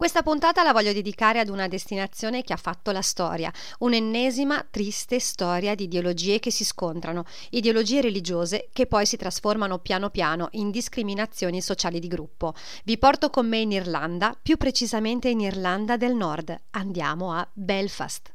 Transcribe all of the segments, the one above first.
Questa puntata la voglio dedicare ad una destinazione che ha fatto la storia, un'ennesima triste storia di ideologie che si scontrano, ideologie religiose che poi si trasformano piano piano in discriminazioni sociali di gruppo. Vi porto con me in Irlanda, più precisamente in Irlanda del Nord. Andiamo a Belfast.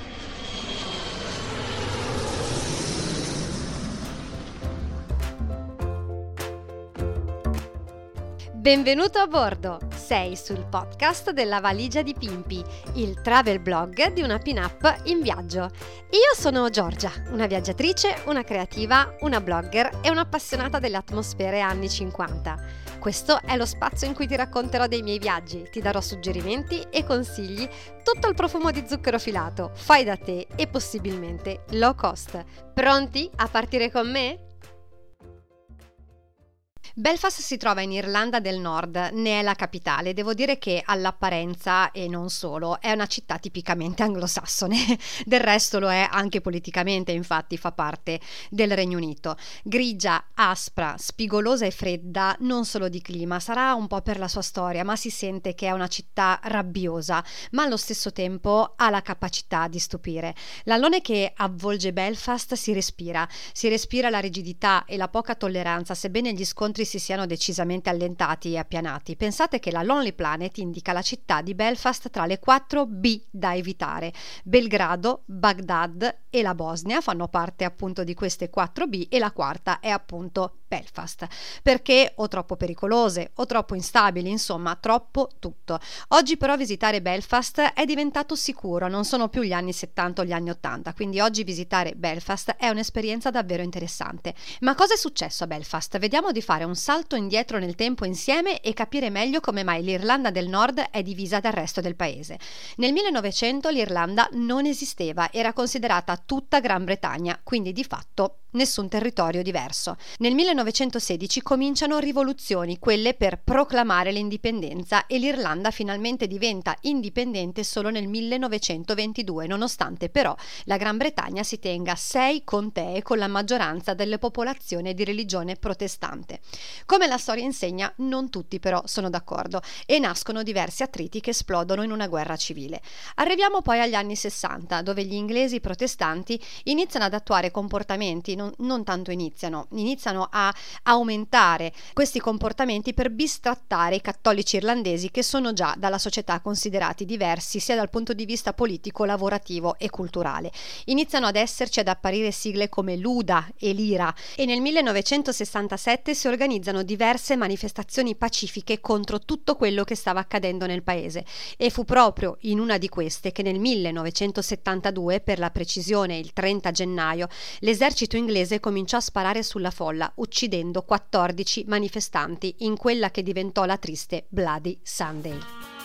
Benvenuto a bordo! Sei sul podcast della Valigia di Pimpi, il travel blog di una pin-up in viaggio. Io sono Giorgia, una viaggiatrice, una creativa, una blogger e un'appassionata delle atmosfere anni 50. Questo è lo spazio in cui ti racconterò dei miei viaggi, ti darò suggerimenti e consigli, tutto il profumo di zucchero filato, fai da te e possibilmente low cost. Pronti a partire con me? Belfast si trova in Irlanda del Nord, ne è la capitale. Devo dire che all'apparenza, e non solo, è una città tipicamente anglosassone. Del resto lo è anche politicamente, infatti fa parte del Regno Unito. Grigia, aspra, spigolosa e fredda, non solo di clima, sarà un po' per la sua storia, ma si sente che è una città rabbiosa, ma allo stesso tempo ha la capacità di stupire. L'alone che avvolge Belfast si respira la rigidità e la poca tolleranza, sebbene gli scontri si siano decisamente allentati e appianati. Pensate che la Lonely Planet indica la città di Belfast tra le 4 B da evitare. Belgrado, Baghdad e la Bosnia fanno parte appunto di queste 4 B e la quarta è appunto Belfast, perché o troppo pericolose o troppo instabili, insomma troppo tutto. Oggi però visitare Belfast è diventato sicuro, non sono più gli anni 70 o gli anni 80, quindi oggi visitare Belfast è un'esperienza davvero interessante. Ma cosa è successo a Belfast? Vediamo di fare un salto indietro nel tempo insieme e capire meglio come mai l'Irlanda del Nord è divisa dal resto del paese. Nel 1900 l'Irlanda non esisteva, era considerata tutta Gran Bretagna, quindi di fatto nessun territorio diverso. Nel 1916 cominciano rivoluzioni, quelle per proclamare l'indipendenza, e l'Irlanda finalmente diventa indipendente solo nel 1922, nonostante però la Gran Bretagna si tenga 6 contee con la maggioranza delle popolazioni di religione protestante. Come la storia insegna, non tutti però sono d'accordo e nascono diversi attriti che esplodono in una guerra civile. Arriviamo poi agli anni 60, dove gli inglesi protestanti iniziano ad attuare comportamenti, non tanto iniziano a aumentare questi comportamenti per bistrattare i cattolici irlandesi, che sono già dalla società considerati diversi sia dal punto di vista politico, lavorativo e culturale. Iniziano ad apparire sigle come l'UDA e l'IRA, e nel 1967 si organizzano diverse manifestazioni pacifiche contro tutto quello che stava accadendo nel paese, e fu proprio in una di queste che nel 1972, per la precisione il 30 gennaio, l'esercito inglese cominciò a sparare sulla folla, uccidendo 14 manifestanti in quella che diventò la triste Bloody Sunday.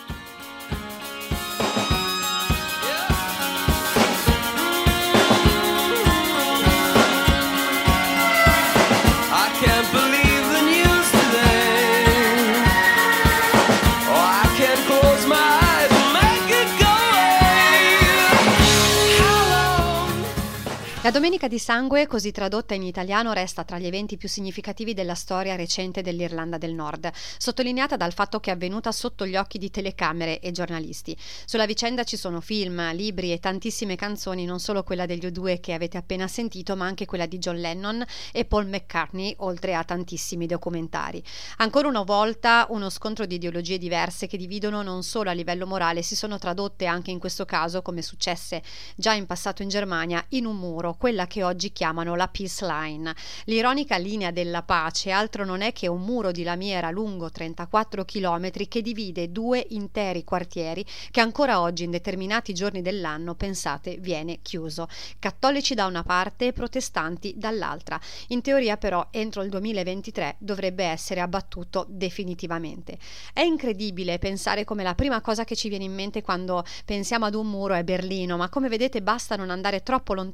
La Domenica di Sangue, così tradotta in italiano, resta tra gli eventi più significativi della storia recente dell'Irlanda del Nord, sottolineata dal fatto che è avvenuta sotto gli occhi di telecamere e giornalisti. Sulla vicenda ci sono film, libri e tantissime canzoni, non solo quella degli U2 che avete appena sentito, ma anche quella di John Lennon e Paul McCartney, oltre a tantissimi documentari. Ancora una volta uno scontro di ideologie diverse che dividono non solo a livello morale, si sono tradotte anche in questo caso, come successe già in passato in Germania, in un muro, quella che oggi chiamano la Peace Line. L'ironica linea della pace altro non è che un muro di lamiera lungo 34 chilometri che divide 2 interi quartieri che ancora oggi in determinati giorni dell'anno, pensate, viene chiuso. Cattolici da una parte e protestanti dall'altra. In teoria però entro il 2023 dovrebbe essere abbattuto definitivamente. È incredibile pensare come la prima cosa che ci viene in mente quando pensiamo ad un muro è Berlino, ma come vedete basta non andare troppo lontano dalla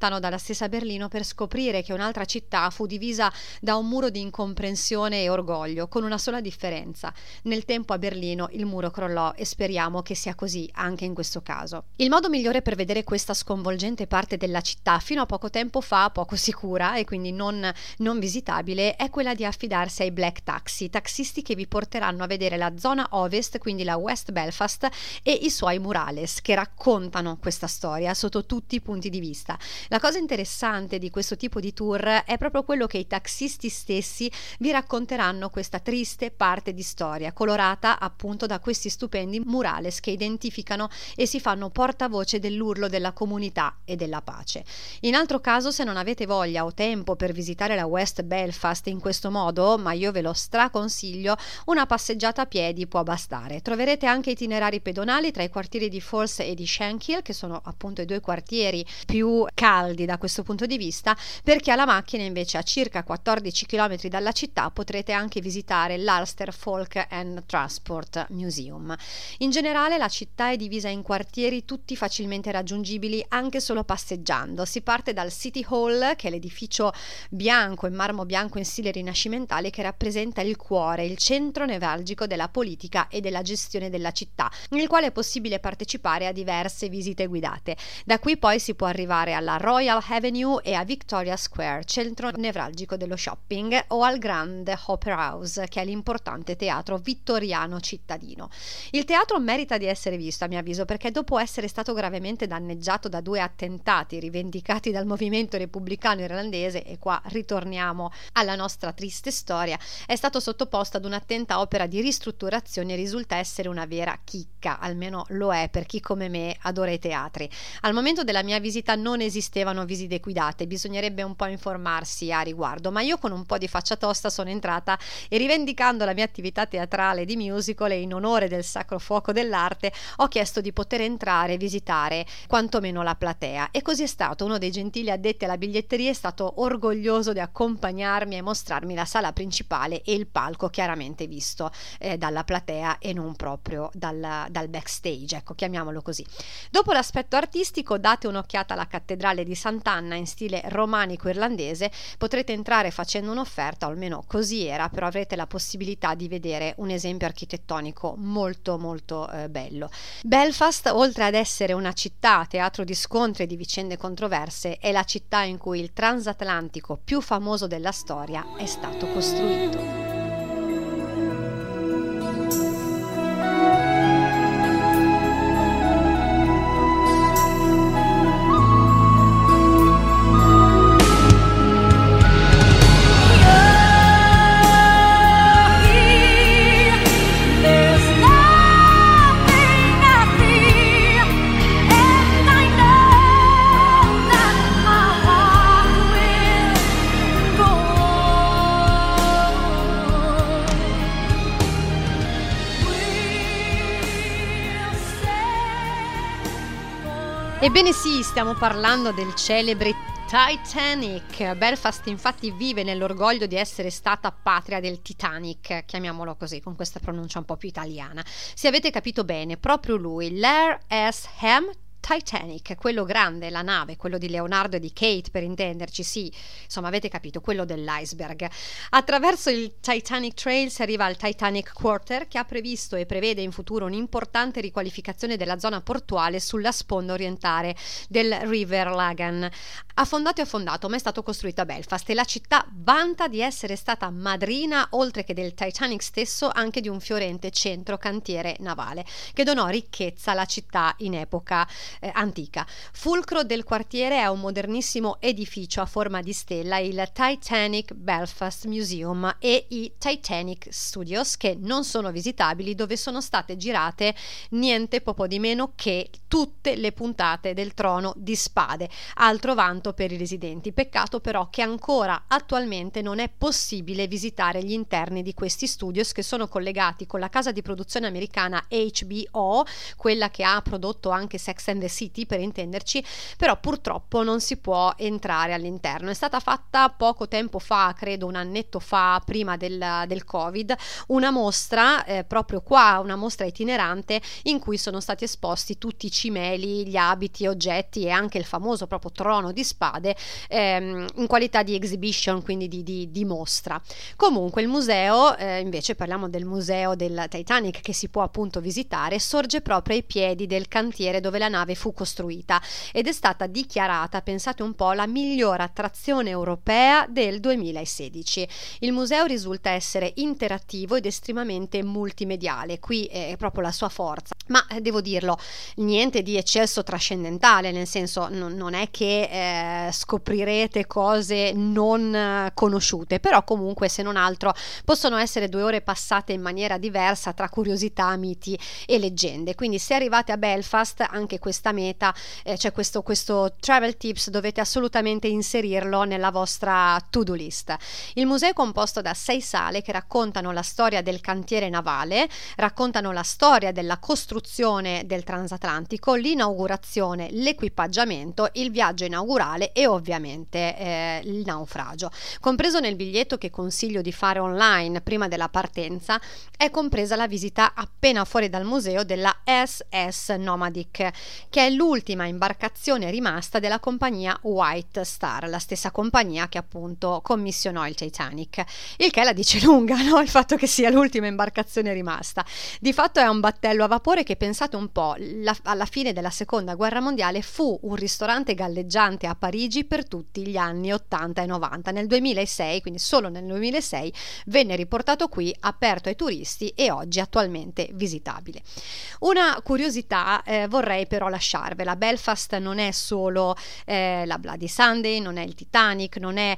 stessa Berlino per scoprire che un'altra città fu divisa da un muro di incomprensione e orgoglio, con una sola differenza: nel tempo a Berlino il muro crollò e speriamo che sia così anche in questo caso. Il modo migliore per vedere questa sconvolgente parte della città, fino a poco tempo fa poco sicura e quindi non visitabile, è quella di affidarsi ai black taxi, taxisti che vi porteranno a vedere la zona ovest, quindi la West Belfast, e i suoi murales che raccontano questa storia sotto tutti i punti di vista. La cosa interessante di questo tipo di tour è proprio quello che i taxisti stessi vi racconteranno questa triste parte di storia, colorata appunto da questi stupendi murales che identificano e si fanno portavoce dell'urlo della comunità e della pace. In altro caso, se non avete voglia o tempo per visitare la West Belfast in questo modo, ma io ve lo straconsiglio, una passeggiata a piedi può bastare. Troverete anche itinerari pedonali tra i quartieri di Falls e di Shankill, che sono appunto i due quartieri più caldi da questo punto di vista. Per chi ha la macchina, invece, a circa 14 km dalla città potrete anche visitare l'Ulster Folk and Transport Museum. In generale la città è divisa in quartieri tutti facilmente raggiungibili anche solo passeggiando. Si parte dal City Hall, che è l'edificio bianco in marmo bianco in stile rinascimentale che rappresenta il cuore, il centro nevralgico della politica e della gestione della città, nel quale è possibile partecipare a diverse visite guidate. Da qui poi si può arrivare alla Royal Avenue e a Victoria Square, centro nevralgico dello shopping, o al Grand Opera House, che è l'importante teatro vittoriano cittadino. Il teatro merita di essere visto, a mio avviso, perché dopo essere stato gravemente danneggiato da 2 attentati rivendicati dal movimento repubblicano irlandese, e qua ritorniamo alla nostra triste storia, è stato sottoposto ad un'attenta opera di ristrutturazione e risulta essere una vera chicca, almeno lo è per chi come me adora i teatri. Al momento della mia visita non esistevano visite guidate, bisognerebbe un po' informarsi a riguardo, ma io con un po' di faccia tosta sono entrata e, rivendicando la mia attività teatrale di musical e in onore del Sacro Fuoco dell'Arte, ho chiesto di poter entrare e visitare quantomeno la platea, e così è stato. Uno dei gentili addetti alla biglietteria è stato orgoglioso di accompagnarmi e mostrarmi la sala principale e il palco, chiaramente visto dalla platea e non proprio dal backstage, ecco, chiamiamolo così. Dopo l'aspetto artistico, date un'occhiata alla cattedrale di Sant'Anna in stile romanico irlandese. Potrete entrare facendo un'offerta, o almeno così era, però avrete la possibilità di vedere un esempio architettonico molto bello. Belfast, oltre ad essere una città teatro di scontri e di vicende controverse, è la città in cui il transatlantico più famoso della storia è stato costruito. Ebbene sì, stiamo parlando del celebre Titanic. Belfast infatti vive nell'orgoglio di essere stata patria del Titanic, chiamiamolo così, con questa pronuncia un po' più italiana. Se avete capito bene, proprio lui, l'R.S.M. Titanic, quello grande, la nave, quello di Leonardo e di Kate, per intenderci, sì, insomma avete capito, quello dell'iceberg. Attraverso il Titanic Trail si arriva al Titanic Quarter, che ha previsto e prevede in futuro un'importante riqualificazione della zona portuale sulla sponda orientale del River Lagan. Affondato, ma è stato costruito a Belfast, e la città vanta di essere stata madrina, oltre che del Titanic stesso, anche di un fiorente centro cantiere navale che donò ricchezza alla città in epoca antica. Fulcro del quartiere è un modernissimo edificio a forma di stella, il Titanic Belfast Museum, e i Titanic Studios, che non sono visitabili, dove sono state girate niente poco di meno che tutte le puntate del Trono di Spade. Altro vanto per i residenti. Peccato però che ancora attualmente non è possibile visitare gli interni di questi studios, che sono collegati con la casa di produzione americana HBO, quella che ha prodotto anche Sex and the City per intenderci, però purtroppo non si può entrare all'interno. È stata fatta poco tempo fa, credo un annetto fa, prima del Covid, una mostra proprio qua, una mostra itinerante in cui sono stati esposti tutti i cimeli, gli abiti, oggetti e anche il famoso proprio trono di spade in qualità di exhibition, quindi di mostra. Comunque il museo, invece parliamo del museo del Titanic che si può appunto visitare, sorge proprio ai piedi del cantiere dove la nave fu costruita ed è stata dichiarata, pensate un po', la miglior attrazione europea del 2016. Il museo risulta essere interattivo ed estremamente multimediale, qui è proprio la sua forza, ma devo dirlo, niente di eccesso trascendentale, nel senso non è che scoprirete cose non conosciute, però comunque se non altro possono essere 2 ore passate in maniera diversa tra curiosità, miti e leggende. Quindi se arrivate a Belfast, anche questa meta, c'è questo travel tips, dovete assolutamente inserirlo nella vostra to-do list. Il museo è composto da 6 sale che raccontano la storia del cantiere navale, raccontano la storia della costruzione del transatlantico, l'inaugurazione, l'equipaggiamento, il viaggio inaugurale e ovviamente il naufragio. Compreso nel biglietto che consiglio di fare online prima della partenza è compresa la visita appena fuori dal museo della SS Nomadic, che è l'ultima imbarcazione rimasta della compagnia White Star, la stessa compagnia che appunto commissionò il Titanic, il che la dice lunga, no? Il fatto che sia l'ultima imbarcazione rimasta. Di fatto è un battello a vapore che, pensate un po', alla fine della seconda guerra mondiale fu un ristorante galleggiante a Parigi per tutti gli anni 80 e 90. Nel 2006, quindi solo nel 2006, venne riportato qui, aperto ai turisti e oggi attualmente visitabile. Una curiosità vorrei però lasciarvela: Belfast non è solo la Bloody Sunday, non è il Titanic, non è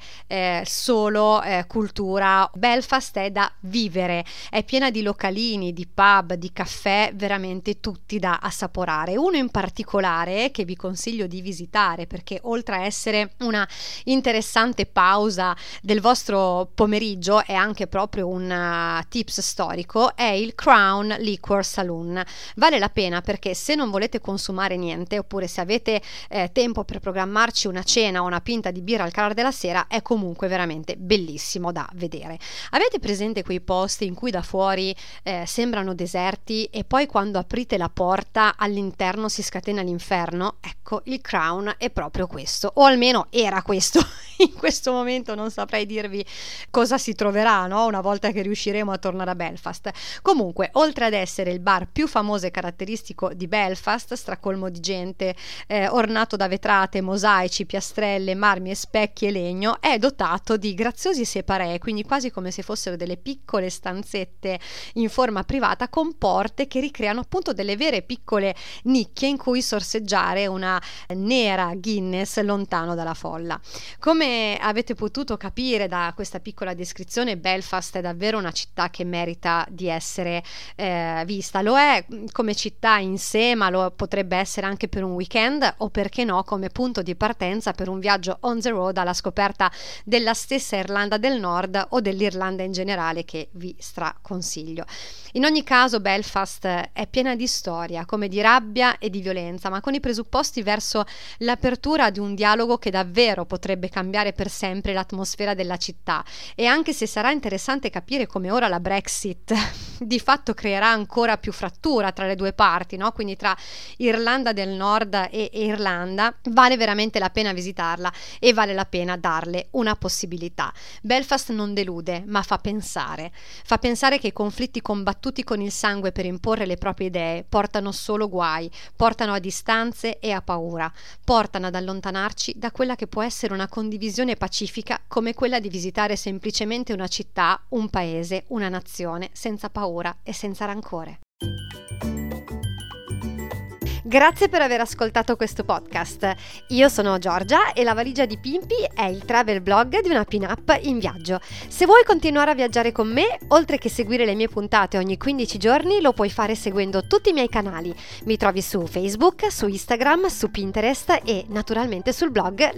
solo cultura. Belfast è da vivere, è piena di localini, di pub, di caffè veramente tutti da assaporare. Uno in particolare che vi consiglio di visitare, perché oltre a essere una interessante pausa del vostro pomeriggio è anche proprio un tips storico, è il Crown Liquor Saloon. Vale la pena perché se non volete consumare niente, oppure se avete tempo per programmarci una cena o una pinta di birra al calore della sera, è comunque veramente bellissimo da vedere. Avete presente quei posti in cui da fuori sembrano deserti e poi quando aprite la porta all'interno si scatena l'inferno? Ecco, il Crown è proprio questo, o almeno era questo. In questo momento non saprei dirvi cosa si troverà, no? Una volta che riusciremo a tornare a Belfast. Comunque, oltre ad essere il bar più famoso e caratteristico di Belfast, stracolmo di gente, ornato da vetrate, mosaici, piastrelle, marmi e specchi e legno, è dotato di graziosi separé, quindi quasi come se fossero delle piccole stanzette in forma privata con porte che ricreano appunto delle vere piccole nicchie in cui sorseggiare una nera Guinness lontano dalla folla. Come avete potuto capire da questa piccola descrizione, Belfast è davvero una città che merita di essere vista. Lo è come città in sé, ma lo potrebbe essere anche per un weekend o, perché no, come punto di partenza per un viaggio on the road alla scoperta della stessa Irlanda del Nord o dell'Irlanda in generale, che vi straconsiglio. In ogni caso Belfast è piena di storia, come di rabbia e di violenza, ma con i presupposti verso l'apertura di un dialogo che davvero potrebbe cambiare per sempre l'atmosfera della città. E anche se sarà interessante capire come ora la Brexit di fatto creerà ancora più frattura tra le due parti, no? Quindi tra Irlanda del Nord e Irlanda, vale veramente la pena visitarla e vale la pena darle una possibilità. Belfast non delude, ma fa pensare che i conflitti combattuti con il sangue per imporre le proprie idee portano solo guai, portano a distanze e a paura, portano ad allontanarci da quella che può essere una condivisione pacifica come quella di visitare semplicemente una città, un paese, una nazione senza paura e senza rancore. Grazie per aver ascoltato questo podcast. Io sono Giorgia e La Valigia di Pimpi è il travel blog di una pin-up in viaggio. Se vuoi continuare a viaggiare con me, oltre che seguire le mie puntate ogni 15 giorni, lo puoi fare seguendo tutti i miei canali. Mi trovi su Facebook, su Instagram, su Pinterest e naturalmente sul blog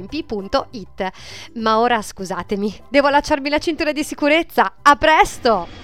lavaligiadipimpi.it. Ma ora scusatemi, devo allacciarmi la cintura di sicurezza. A presto!